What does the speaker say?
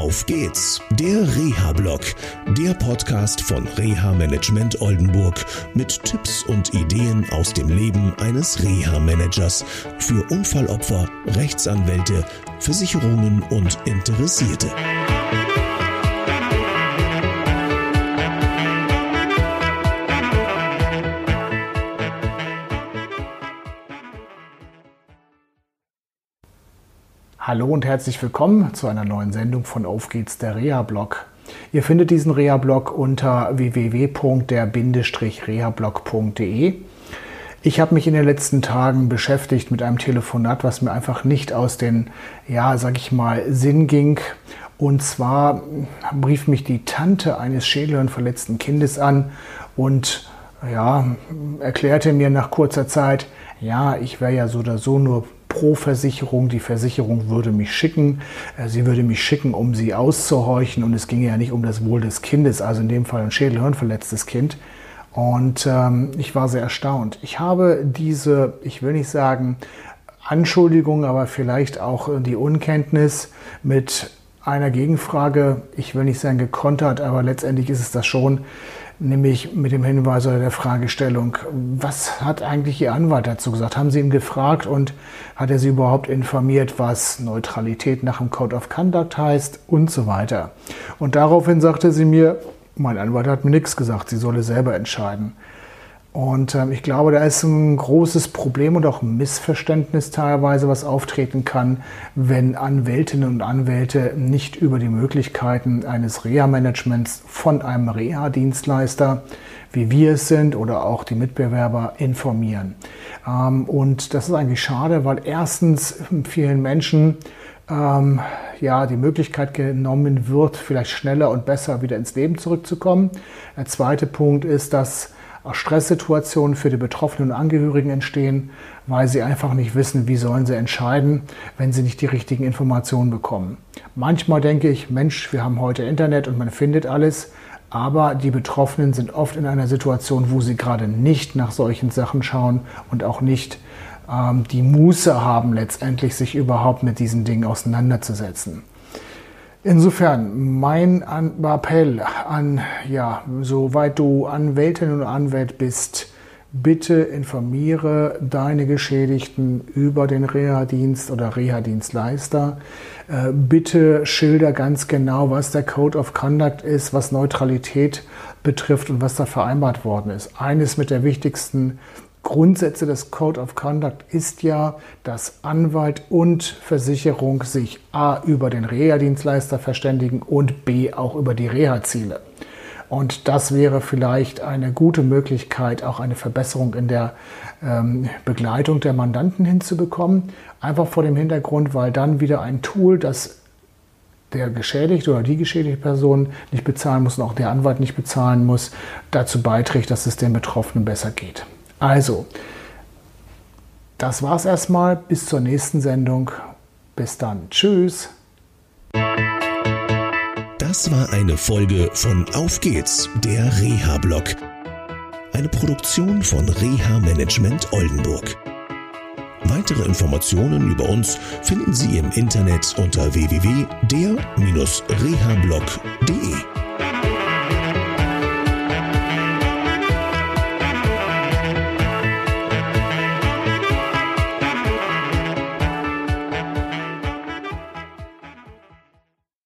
Auf geht's, der Reha-Blog, der Podcast von Reha Management Oldenburg mit Tipps und Ideen aus dem Leben eines Reha-Managers für Unfallopfer, Rechtsanwälte, Versicherungen und Interessierte. Hallo und herzlich willkommen zu einer neuen Sendung von Auf geht's, der Reha-Blog. Ihr findet diesen Reha-Blog unter www.der-rehablog.de. Ich habe mich in den letzten Tagen beschäftigt mit einem Telefonat, was mir einfach nicht aus den, Sinn ging. Und zwar rief mich die Tante eines schädelhirnverletzten Kindes an und erklärte mir nach kurzer Zeit, ich wäre ja so oder so nur pro Versicherung, die Versicherung würde mich schicken, sie würde mich schicken, um sie auszuhorchen und es ginge ja nicht um das Wohl des Kindes, also in dem Fall ein schädelhirnverletztes Kind. Und ich war sehr erstaunt. Ich habe diese, ich will nicht sagen Anschuldigung, aber vielleicht auch die Unkenntnis mit einer Gegenfrage, ich will nicht sagen gekontert, aber letztendlich ist es das schon, nämlich mit dem Hinweis oder der Fragestellung, was hat eigentlich Ihr Anwalt dazu gesagt? Haben Sie ihn gefragt und hat er Sie überhaupt informiert, was Neutralität nach dem Code of Conduct heißt und so weiter? Und daraufhin sagte sie mir, mein Anwalt hat mir nichts gesagt, sie solle selber entscheiden. Und ich glaube, da ist ein großes Problem und auch ein Missverständnis teilweise, was auftreten kann, wenn Anwältinnen und Anwälte nicht über die Möglichkeiten eines Reha-Managements von einem Reha-Dienstleister, wie wir es sind, oder auch die Mitbewerber informieren. Und das ist eigentlich schade, weil erstens vielen Menschen die Möglichkeit genommen wird, vielleicht schneller und besser wieder ins Leben zurückzukommen. Der zweite Punkt ist, dass Stresssituationen für die Betroffenen und Angehörigen entstehen, weil sie einfach nicht wissen, wie sollen sie entscheiden, wenn sie nicht die richtigen Informationen bekommen. Manchmal denke ich, Mensch, wir haben heute Internet und man findet alles, aber die Betroffenen sind oft in einer Situation, wo sie gerade nicht nach solchen Sachen schauen und auch nicht die Muße haben, letztendlich sich überhaupt mit diesen Dingen auseinanderzusetzen. Insofern mein Appell an, soweit du Anwältin und Anwalt bist, bitte informiere deine Geschädigten über den Reha-Dienst oder Reha-Dienstleister. Bitte schilder ganz genau, was der Code of Conduct ist, was Neutralität betrifft und was da vereinbart worden ist. Eines mit der wichtigsten Grundsätze des Code of Conduct ist ja, dass Anwalt und Versicherung sich A über den Reha-Dienstleister verständigen und B auch über die Reha-Ziele. Und das wäre vielleicht eine gute Möglichkeit, auch eine Verbesserung in der Begleitung der Mandanten hinzubekommen. Einfach vor dem Hintergrund, weil dann wieder ein Tool, das der geschädigte oder die geschädigte Person nicht bezahlen muss und auch der Anwalt nicht bezahlen muss, dazu beiträgt, dass es den Betroffenen besser geht. Also, das war's erstmal. Bis zur nächsten Sendung. Bis dann. Tschüss. Das war eine Folge von Auf geht's, der Reha-Blog. Eine Produktion von Reha Management Oldenburg. Weitere Informationen über uns finden Sie im Internet unter www.der-rehablog.de.